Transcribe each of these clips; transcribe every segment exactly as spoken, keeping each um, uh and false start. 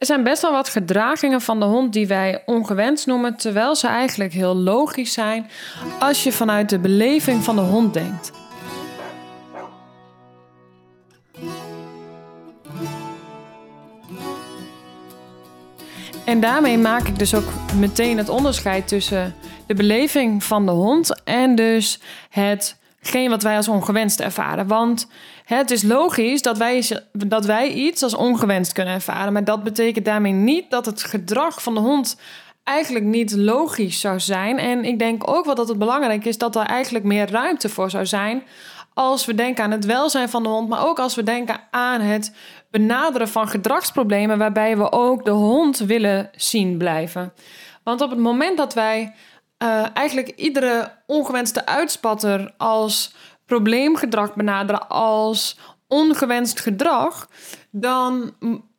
Er zijn best wel wat gedragingen van de hond die wij ongewenst noemen, terwijl ze eigenlijk heel logisch zijn als je vanuit de beleving van de hond denkt. En daarmee maak ik dus ook meteen het onderscheid tussen de beleving van de hond en dus hetgeen wat wij als ongewenst ervaren. Want het is logisch dat wij, dat wij iets als ongewenst kunnen ervaren, maar dat betekent daarmee niet dat het gedrag van de hond eigenlijk niet logisch zou zijn. En ik denk ook wel dat het belangrijk is dat er eigenlijk meer ruimte voor zou zijn als we denken aan het welzijn van de hond, maar ook als we denken aan het benaderen van gedragsproblemen waarbij we ook de hond willen zien blijven. Want op het moment dat wij uh, eigenlijk iedere ongewenste uitspatter als probleemgedrag benaderen, als ongewenst gedrag, dan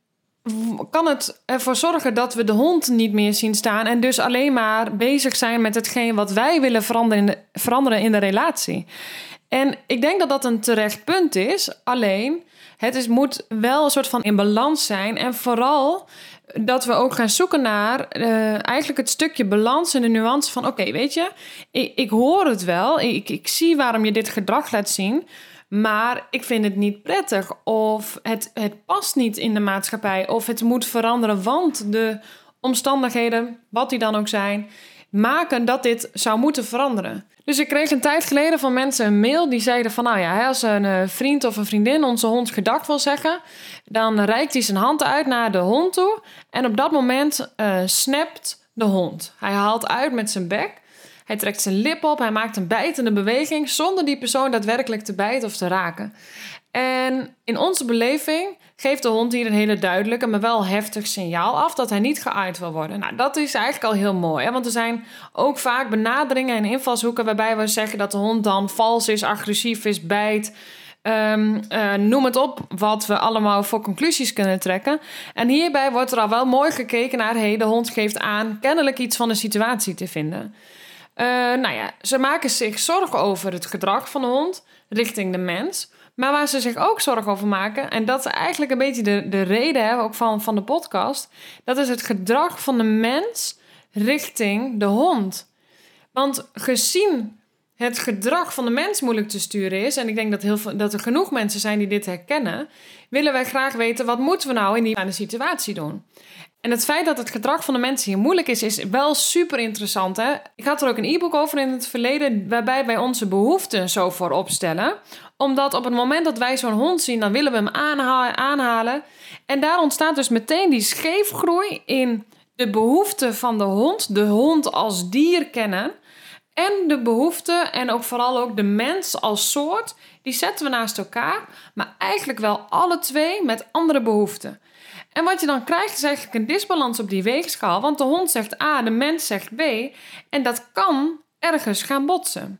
kan het ervoor zorgen dat we de hond niet meer zien staan en dus alleen maar bezig zijn met hetgeen wat wij willen veranderen in de, veranderen in de relatie. En ik denk dat dat een terecht punt is, alleen het is, moet wel een soort van in balans zijn en vooral dat we ook gaan zoeken naar uh, eigenlijk het stukje balans en de nuance van oké, okay, weet je, ik, ik hoor het wel, ik, ik zie waarom je dit gedrag laat zien, maar ik vind het niet prettig of het, het past niet in de maatschappij of het moet veranderen, want de omstandigheden, wat die dan ook zijn, maken dat dit zou moeten veranderen. Dus ik kreeg een tijd geleden van mensen een mail die zeiden van nou ja, als een vriend of een vriendin onze hond gedag wil zeggen, dan reikt hij zijn hand uit naar de hond toe en op dat moment uh, snapt de hond. Hij haalt uit met zijn bek, hij trekt zijn lip op, hij maakt een bijtende beweging zonder die persoon daadwerkelijk te bijten of te raken. En in onze beleving geeft de hond hier een hele duidelijke, maar wel heftig signaal af dat hij niet geaaid wil worden. Nou, dat is eigenlijk al heel mooi, hè? Want er zijn ook vaak benaderingen en invalshoeken waarbij we zeggen dat de hond dan vals is, agressief is, bijt. Um, uh, noem het op, wat we allemaal voor conclusies kunnen trekken. En hierbij wordt er al wel mooi gekeken naar, hey, de hond geeft aan kennelijk iets van de situatie te vinden. Uh, nou ja, ze maken zich zorgen over het gedrag van de hond richting de mens. Maar waar ze zich ook zorgen over maken, en dat is eigenlijk een beetje de, de reden hè, ook van, van de podcast, dat is het gedrag van de mens richting de hond. Want gezien het gedrag van de mens moeilijk te sturen is, en ik denk dat, heel veel, dat er genoeg mensen zijn die dit herkennen, willen wij graag weten, wat moeten we nou in die situatie doen? En het feit dat het gedrag van de mensen hier moeilijk is, is wel super interessant. Hè? Ik had er ook een e-book over in het verleden, waarbij wij onze behoeften zo voorop stellen. Omdat op het moment dat wij zo'n hond zien, dan willen we hem aanha- aanhalen. En daar ontstaat dus meteen die scheefgroei in de behoeften van de hond, de hond als dier kennen. En de behoeften en ook vooral ook de mens als soort, die zetten we naast elkaar. Maar eigenlijk wel alle twee met andere behoeften. En wat je dan krijgt is eigenlijk een disbalans op die weegschaal. Want de hond zegt A, de mens zegt B. En dat kan ergens gaan botsen.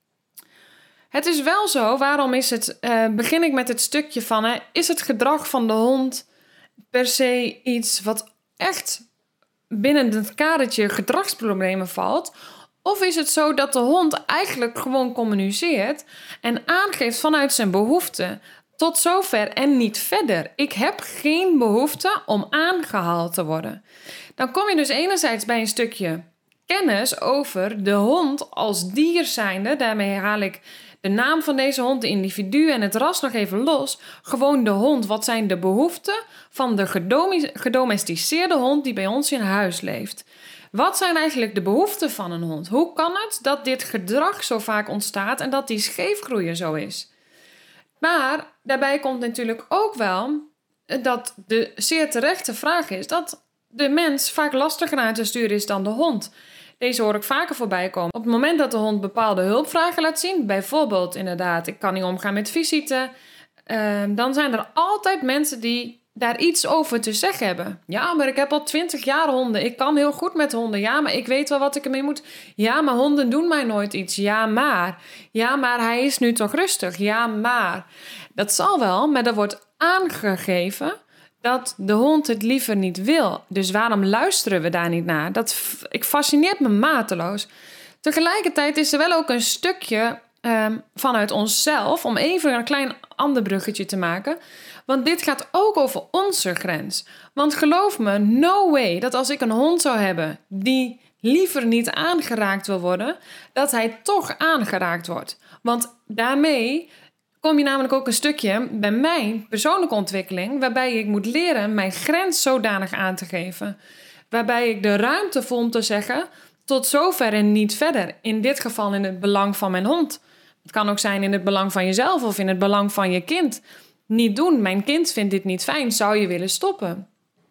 Het is wel zo, waarom is het, uh, begin ik met het stukje van, hè, is het gedrag van de hond per se iets wat echt binnen het kadertje gedragsproblemen valt? Of is het zo dat de hond eigenlijk gewoon communiceert en aangeeft vanuit zijn behoeften tot zover en niet verder? Ik heb geen behoefte om aangehaald te worden. Dan kom je dus enerzijds bij een stukje kennis over de hond als dier zijnde. Daarmee haal ik de naam van deze hond, de individu en het ras nog even los. Gewoon de hond. Wat zijn de behoeften van de gedome- gedomesticeerde hond die bij ons in huis leeft? Wat zijn eigenlijk de behoeften van een hond? Hoe kan het dat dit gedrag zo vaak ontstaat en dat die scheefgroeien zo is? Maar daarbij komt natuurlijk ook wel dat de zeer terechte vraag is dat de mens vaak lastiger aan te sturen is dan de hond. Deze hoor ik vaker voorbij komen. Op het moment dat de hond bepaalde hulpvragen laat zien, bijvoorbeeld inderdaad, ik kan niet omgaan met visite, uh, dan zijn er altijd mensen die daar iets over te zeggen hebben. Ja, maar ik heb al twintig jaar honden. Ik kan heel goed met honden. Ja, maar ik weet wel wat ik ermee moet. Ja, maar honden doen mij nooit iets. Ja, maar. Ja, maar hij is nu toch rustig. Ja, maar. Dat zal wel, maar er wordt aangegeven dat de hond het liever niet wil. Dus waarom luisteren we daar niet naar? Dat f- ik fascineert me mateloos. Tegelijkertijd is er wel ook een stukje um, vanuit onszelf, om even een klein ander bruggetje te maken, Want dit gaat ook over onze grens. Want geloof me, no way dat als ik een hond zou hebben die liever niet aangeraakt wil worden, dat hij toch aangeraakt wordt. Want daarmee kom je namelijk ook een stukje bij mijn persoonlijke ontwikkeling, waarbij ik moet leren mijn grens zodanig aan te geven. Waarbij ik de ruimte voel om te zeggen, tot zover en niet verder. In dit geval in het belang van mijn hond. Het kan ook zijn in het belang van jezelf of in het belang van je kind. Niet doen, mijn kind vindt dit niet fijn, zou je willen stoppen.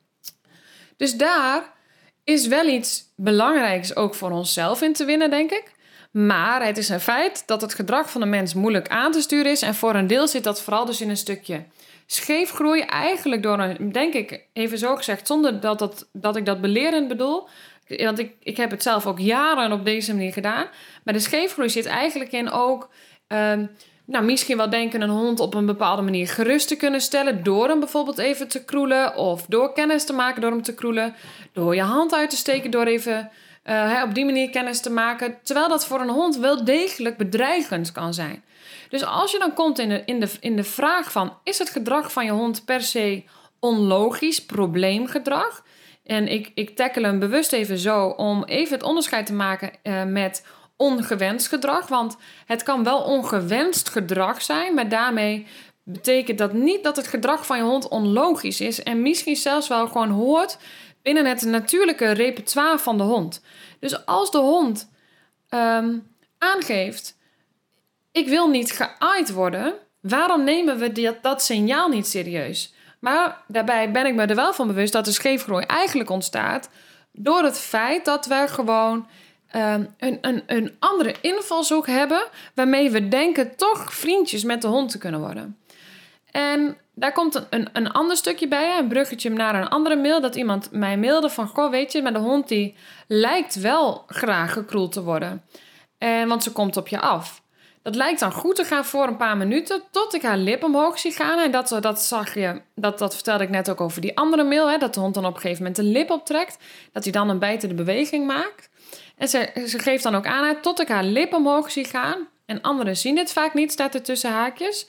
Dus daar is wel iets belangrijks ook voor onszelf in te winnen, denk ik. Maar het is een feit dat het gedrag van de mens moeilijk aan te sturen is. En voor een deel zit dat vooral dus in een stukje scheefgroei. Eigenlijk door een, denk ik, even zo gezegd, zonder dat, dat, dat ik dat belerend bedoel. Want ik, ik heb het zelf ook jaren op deze manier gedaan. Maar de scheefgroei zit eigenlijk in ook, Uh, nou, misschien wel denken een hond op een bepaalde manier gerust te kunnen stellen. Door hem bijvoorbeeld even te kroelen. Of door kennis te maken door hem te kroelen. Door je hand uit te steken door even uh, op die manier kennis te maken. Terwijl dat voor een hond wel degelijk bedreigend kan zijn. Dus als je dan komt in de, in de, in de vraag van, is het gedrag van je hond per se onlogisch, probleemgedrag? En ik, ik tackle hem bewust even zo om even het onderscheid te maken uh, met ongewenst gedrag. Want het kan wel ongewenst gedrag zijn, maar daarmee betekent dat niet dat het gedrag van je hond onlogisch is. En misschien zelfs wel gewoon hoort binnen het natuurlijke repertoire van de hond. Dus als de hond um, aangeeft, ik wil niet geaaid worden, waarom nemen we dat, dat signaal niet serieus? Maar daarbij ben ik me er wel van bewust dat de scheefgroei eigenlijk ontstaat door het feit dat we gewoon um, een, een, een andere invalshoek hebben waarmee we denken toch vriendjes met de hond te kunnen worden. En daar komt een, een, een ander stukje bij, een bruggetje naar een andere mail, dat iemand mij mailde van, goh, weet je, maar de hond die lijkt wel graag gekroeld te worden. En, want ze komt op je af. Dat lijkt dan goed te gaan voor een paar minuten, tot ik haar lip omhoog zie gaan. En dat, dat zag je, dat, dat vertelde ik net ook over die andere mail, hè, dat de hond dan op een gegeven moment de lip optrekt, dat hij dan een bijtende beweging maakt. En ze, ze geeft dan ook aan, tot ik haar lip omhoog zie gaan. En anderen zien dit vaak niet, staat er tussen haakjes.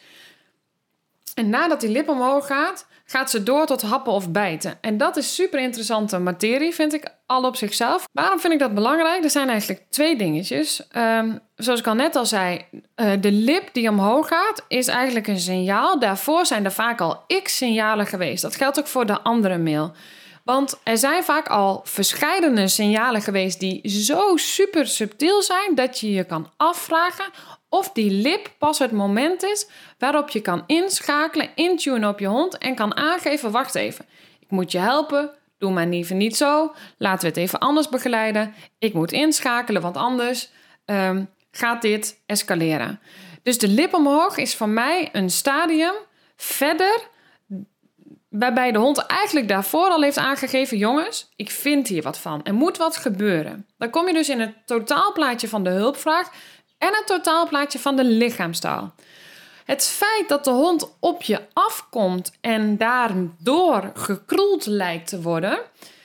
En nadat die lip omhoog gaat, gaat ze door tot happen of bijten. En dat is super interessante materie, vind ik al op zichzelf. Waarom vind ik dat belangrijk? Er zijn eigenlijk twee dingetjes. Um, zoals ik al net al zei, uh, de lip die omhoog gaat, is eigenlijk een signaal. Daarvoor zijn er vaak al x signalen geweest. Dat geldt ook voor de andere mail. Want er zijn vaak al verscheidene signalen geweest die zo super subtiel zijn dat je je kan afvragen of die lip pas het moment is waarop je kan inschakelen, intunen op je hond en kan aangeven, wacht even, ik moet je helpen, doe maar liever niet zo, laten we het even anders begeleiden, ik moet inschakelen, want anders um, gaat dit escaleren. Dus de lip omhoog is voor mij een stadium verder, waarbij de hond eigenlijk daarvoor al heeft aangegeven, jongens, ik vind hier wat van, er moet wat gebeuren. Dan kom je dus in het totaalplaatje van de hulpvraag en het totaalplaatje van de lichaamstaal. Het feit dat de hond op je afkomt en daardoor gekroeld lijkt te worden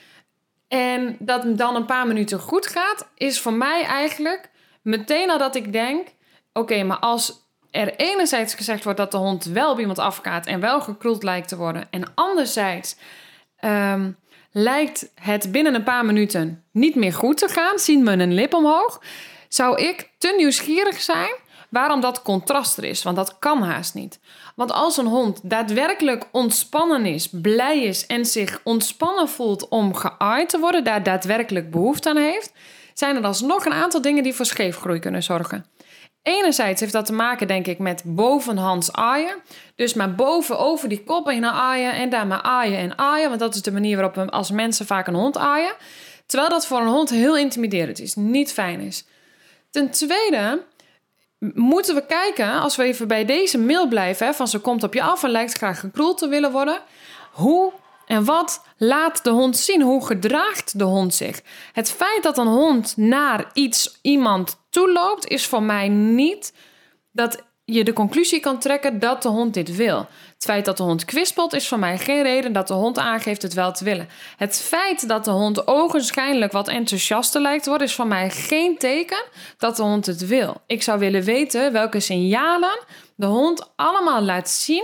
en dat het dan een paar minuten goed gaat, is voor mij eigenlijk meteen al dat ik denk, oké, okay, maar als er enerzijds gezegd wordt dat de hond wel op iemand afgaat en wel gekroeld lijkt te worden en anderzijds um, lijkt het binnen een paar minuten niet meer goed te gaan, zien we een lip omhoog, zou ik te nieuwsgierig zijn waarom dat contrast er is. Want dat kan haast niet. Want als een hond daadwerkelijk ontspannen is, blij is en zich ontspannen voelt om geaaid te worden, daar daadwerkelijk behoefte aan heeft, zijn er alsnog een aantal dingen die voor scheefgroei kunnen zorgen. Enerzijds heeft dat te maken, denk ik, met bovenhands aaien. Dus maar boven over die kop heen aaien en daar maar aaien en aaien. Want dat is de manier waarop we als mensen vaak een hond aaien. Terwijl dat voor een hond heel intimiderend is, niet fijn is. Ten tweede moeten we kijken, als we even bij deze mail blijven, hè, van ze komt op je af en lijkt graag gekroeld te willen worden. Hoe en wat laat de hond zien? Hoe gedraagt de hond zich? Het feit dat een hond naar iets, iemand toeloopt, is voor mij niet dat je de conclusie kan trekken dat de hond dit wil. Het feit dat de hond kwispelt is voor mij geen reden dat de hond aangeeft het wel te willen. Het feit dat de hond ogenschijnlijk wat enthousiaster lijkt te worden is voor mij geen teken dat de hond het wil. Ik zou willen weten welke signalen de hond allemaal laat zien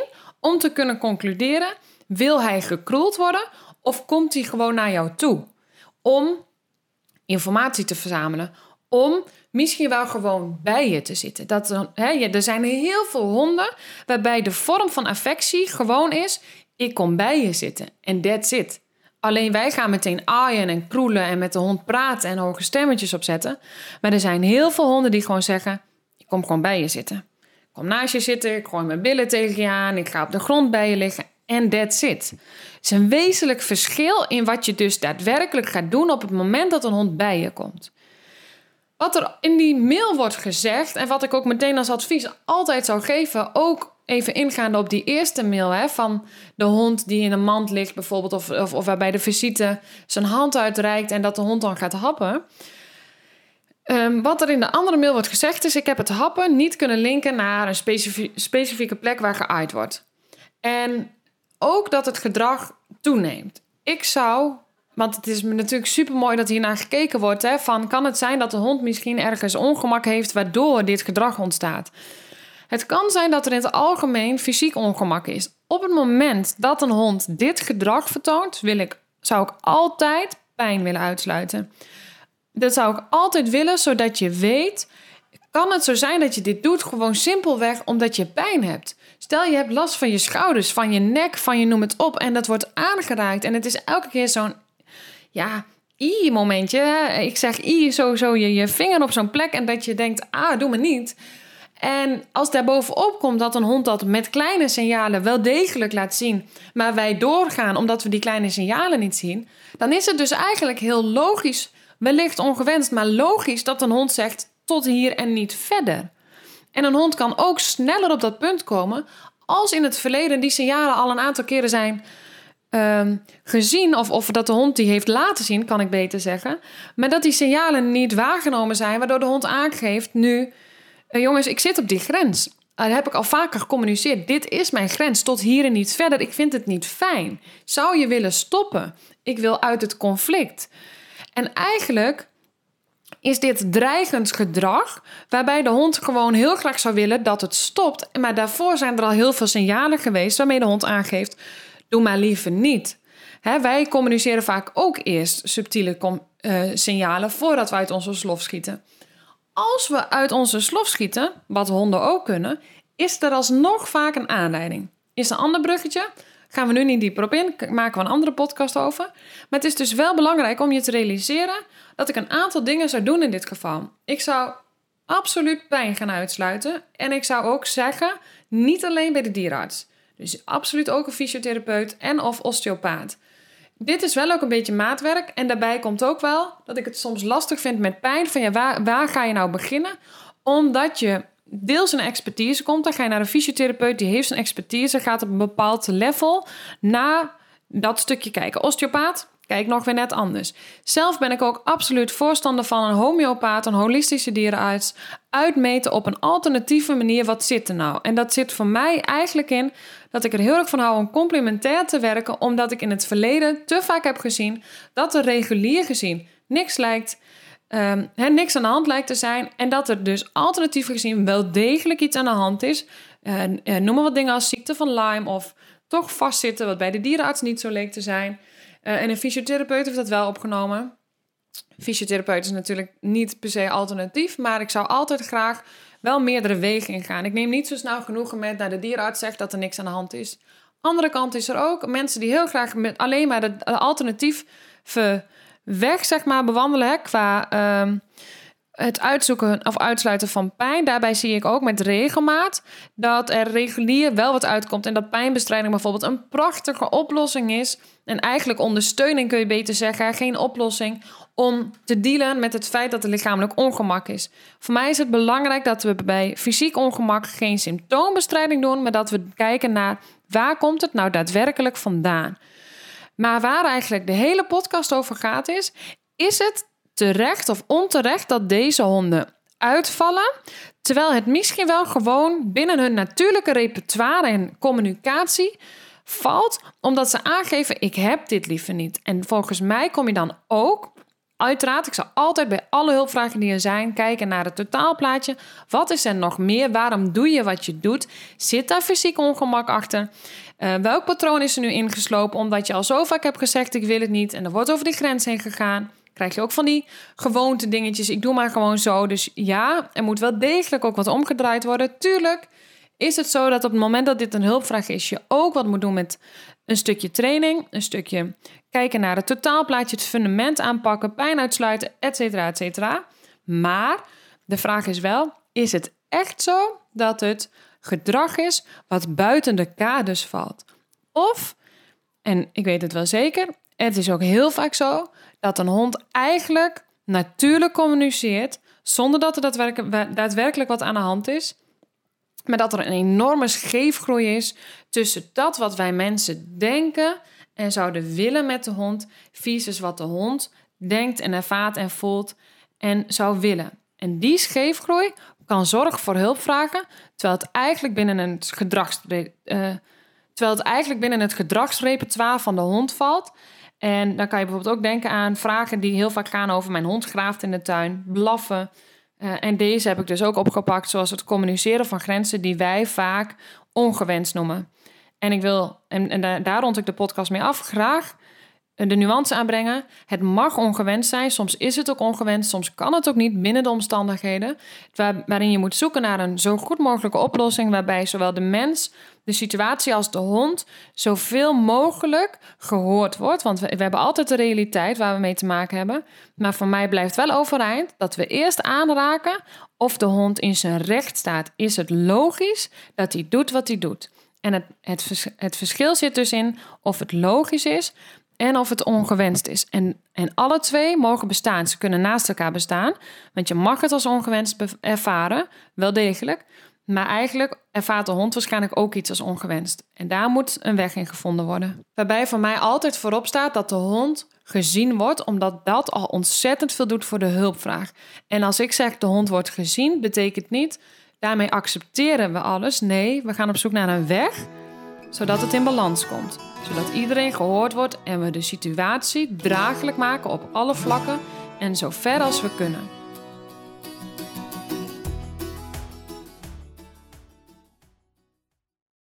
om te kunnen concluderen, wil hij gekroeld worden of komt hij gewoon naar jou toe? Om informatie te verzamelen, om misschien wel gewoon bij je te zitten. Dat, hè, er zijn heel veel honden waarbij de vorm van affectie gewoon is, ik kom bij je zitten en that's it. Alleen wij gaan meteen aaien en kroelen en met de hond praten en hoge stemmetjes opzetten. Maar er zijn heel veel honden die gewoon zeggen, ik kom gewoon bij je zitten. Ik kom naast je zitten, ik gooi mijn billen tegen je aan, ik ga op de grond bij je liggen en that's it. Het is een wezenlijk verschil in wat je dus daadwerkelijk gaat doen op het moment dat een hond bij je komt. Wat er in die mail wordt gezegd en wat ik ook meteen als advies altijd zou geven, ook even ingaande op die eerste mail, hè, van de hond die in een mand ligt bijvoorbeeld, of, of, of waarbij de visite zijn hand uitreikt en dat de hond dan gaat happen. Um, wat er in de andere mail wordt gezegd is, ik heb het happen niet kunnen linken naar een specifie- specifieke plek waar geaaid wordt. En ook dat het gedrag toeneemt. Ik zou, want het is natuurlijk supermooi dat hiernaar gekeken wordt, hè, van kan het zijn dat de hond misschien ergens ongemak heeft waardoor dit gedrag ontstaat. Het kan zijn dat er in het algemeen fysiek ongemak is. Op het moment dat een hond dit gedrag vertoont, wil ik, zou ik altijd pijn willen uitsluiten. Dat zou ik altijd willen, zodat je weet, kan het zo zijn dat je dit doet gewoon simpelweg omdat je pijn hebt. Stel je hebt last van je schouders, van je nek, van je noem het op en dat wordt aangeraakt. En het is elke keer zo'n, ja, i-momentje. Hè? Ik zeg i, zo, zo je, je vinger op zo'n plek en dat je denkt, ah, doe me niet. En als daar bovenop komt dat een hond dat met kleine signalen wel degelijk laat zien, maar wij doorgaan omdat we die kleine signalen niet zien, dan is het dus eigenlijk heel logisch, wellicht ongewenst, maar logisch dat een hond zegt tot hier en niet verder. En een hond kan ook sneller op dat punt komen als in het verleden die signalen al een aantal keren zijn um, gezien, of, of dat de hond die heeft laten zien, kan ik beter zeggen, maar dat die signalen niet waargenomen zijn, waardoor de hond aangeeft nu, Uh, jongens, ik zit op die grens. Dat heb ik al vaker gecommuniceerd. Dit is mijn grens, tot hier en niet verder. Ik vind het niet fijn. Zou je willen stoppen? Ik wil uit het conflict. En eigenlijk is dit dreigend gedrag, waarbij de hond gewoon heel graag zou willen dat het stopt. Maar daarvoor zijn er al heel veel signalen geweest waarmee de hond aangeeft, doe maar liever niet. Hè, wij communiceren vaak ook eerst subtiele com- uh, signalen voordat we uit onze slof schieten. Als we uit onze slof schieten, wat honden ook kunnen, is er alsnog vaak een aanleiding. Is een ander bruggetje, gaan we nu niet dieper op in, maken we een andere podcast over. Maar het is dus wel belangrijk om je te realiseren dat ik een aantal dingen zou doen in dit geval. Ik zou absoluut pijn gaan uitsluiten en ik zou ook zeggen, niet alleen bij de dierenarts. Dus absoluut ook een fysiotherapeut en of osteopaat. Dit is wel ook een beetje maatwerk. En daarbij komt ook wel dat ik het soms lastig vind met pijn. Van ja, waar, waar ga je nou beginnen? Omdat je deels een expertise komt. Dan ga je naar een fysiotherapeut, die heeft zijn expertise. Gaat op een bepaald level naar dat stukje kijken. Osteopaat, kijk nog weer net anders. Zelf ben ik ook absoluut voorstander van een homeopaat, een holistische dierenarts. Uitmeten op een alternatieve manier, wat zit er nou? En dat zit voor mij eigenlijk in dat ik er heel erg van hou om complementair te werken, omdat ik in het verleden te vaak heb gezien dat er regulier gezien niks lijkt, um, he, niks aan de hand lijkt te zijn. En dat er dus alternatief gezien wel degelijk iets aan de hand is. Uh, uh, noem maar wat dingen als ziekte van Lyme of toch vastzitten, wat bij de dierenarts niet zo leek te zijn. Uh, en een fysiotherapeut heeft dat wel opgenomen. Fysiotherapeut is natuurlijk niet per se alternatief, maar ik zou altijd graag wel meerdere wegen ingaan. Ik neem niet zo snel genoegen met dat de dierenarts zegt dat er niks aan de hand is. Andere kant is er ook mensen die heel graag met alleen maar de alternatieve weg, zeg maar, bewandelen, hè, qua um, het uitzoeken of uitsluiten van pijn. Daarbij zie ik ook met regelmaat dat er regulier wel wat uitkomt en dat pijnbestrijding bijvoorbeeld een prachtige oplossing is. En eigenlijk ondersteuning, kun je beter zeggen, geen oplossing om te dealen met het feit dat er lichamelijk ongemak is. Voor mij is het belangrijk dat we bij fysiek ongemak geen symptoombestrijding doen, maar dat we kijken naar waar komt het nou daadwerkelijk vandaan. Maar waar eigenlijk de hele podcast over gaat is, is het terecht of onterecht dat deze honden uitvallen, terwijl het misschien wel gewoon binnen hun natuurlijke repertoire en communicatie valt, omdat ze aangeven, ik heb dit liever niet. En volgens mij kom je dan ook, uiteraard, ik zal altijd bij alle hulpvragen die er zijn kijken naar het totaalplaatje. Wat is er nog meer? Waarom doe je wat je doet? Zit daar fysiek ongemak achter? Uh, welk patroon is er nu ingeslopen omdat je al zo vaak hebt gezegd ik wil het niet en er wordt over die grens heen gegaan? Krijg je ook van die gewoonte dingetjes. Ik doe maar gewoon zo. Dus ja, er moet wel degelijk ook wat omgedraaid worden. Tuurlijk is het zo dat op het moment dat dit een hulpvraag is, je ook wat moet doen met een stukje training, een stukje kijken naar het totaalplaatje, het fundament aanpakken, pijn uitsluiten, et cetera, et cetera. Maar de vraag is wel, is het echt zo dat het gedrag is wat buiten de kaders valt? Of, en ik weet het wel zeker, het is ook heel vaak zo dat een hond eigenlijk natuurlijk communiceert zonder dat er daadwerkelijk, daadwerkelijk wat aan de hand is. Maar dat er een enorme scheefgroei is tussen dat wat wij mensen denken en zouden willen met de hond, versus wat de hond denkt en ervaart en voelt en zou willen. En die scheefgroei kan zorgen voor hulpvragen, terwijl het eigenlijk binnen het gedrags, uh, terwijl het eigenlijk binnen het gedragsrepertoire van de hond valt. En dan kan je bijvoorbeeld ook denken aan vragen die heel vaak gaan over mijn hond graaft in de tuin, blaffen. Uh, en deze heb ik dus ook opgepakt, zoals het communiceren van grenzen die wij vaak ongewenst noemen. En ik wil, en, en daar, daar rond ik de podcast mee af, graag de nuance aanbrengen. Het mag ongewenst zijn, soms is het ook ongewenst, soms kan het ook niet binnen de omstandigheden. Waar, waarin je moet zoeken naar een zo goed mogelijke oplossing, waarbij zowel de mens, de situatie als de hond zoveel mogelijk gehoord wordt. Want we, we hebben altijd de realiteit waar we mee te maken hebben. Maar voor mij blijft wel overeind dat we eerst aanraken of de hond in zijn recht staat. Is het logisch dat hij doet wat hij doet? En het, het, vers, het verschil zit dus in of het logisch is en of het ongewenst is. En, en alle twee mogen bestaan. Ze kunnen naast elkaar bestaan. Want je mag het als ongewenst be- ervaren, wel degelijk. Maar eigenlijk ervaart de hond waarschijnlijk ook iets als ongewenst. En daar moet een weg in gevonden worden. Waarbij voor mij altijd voorop staat dat de hond gezien wordt, omdat dat al ontzettend veel doet voor de hulpvraag. En als ik zeg de hond wordt gezien, betekent niet daarmee accepteren we alles. Nee, we gaan op zoek naar een weg, zodat het in balans komt. Zodat iedereen gehoord wordt en we de situatie draaglijk maken op alle vlakken en zo ver als we kunnen.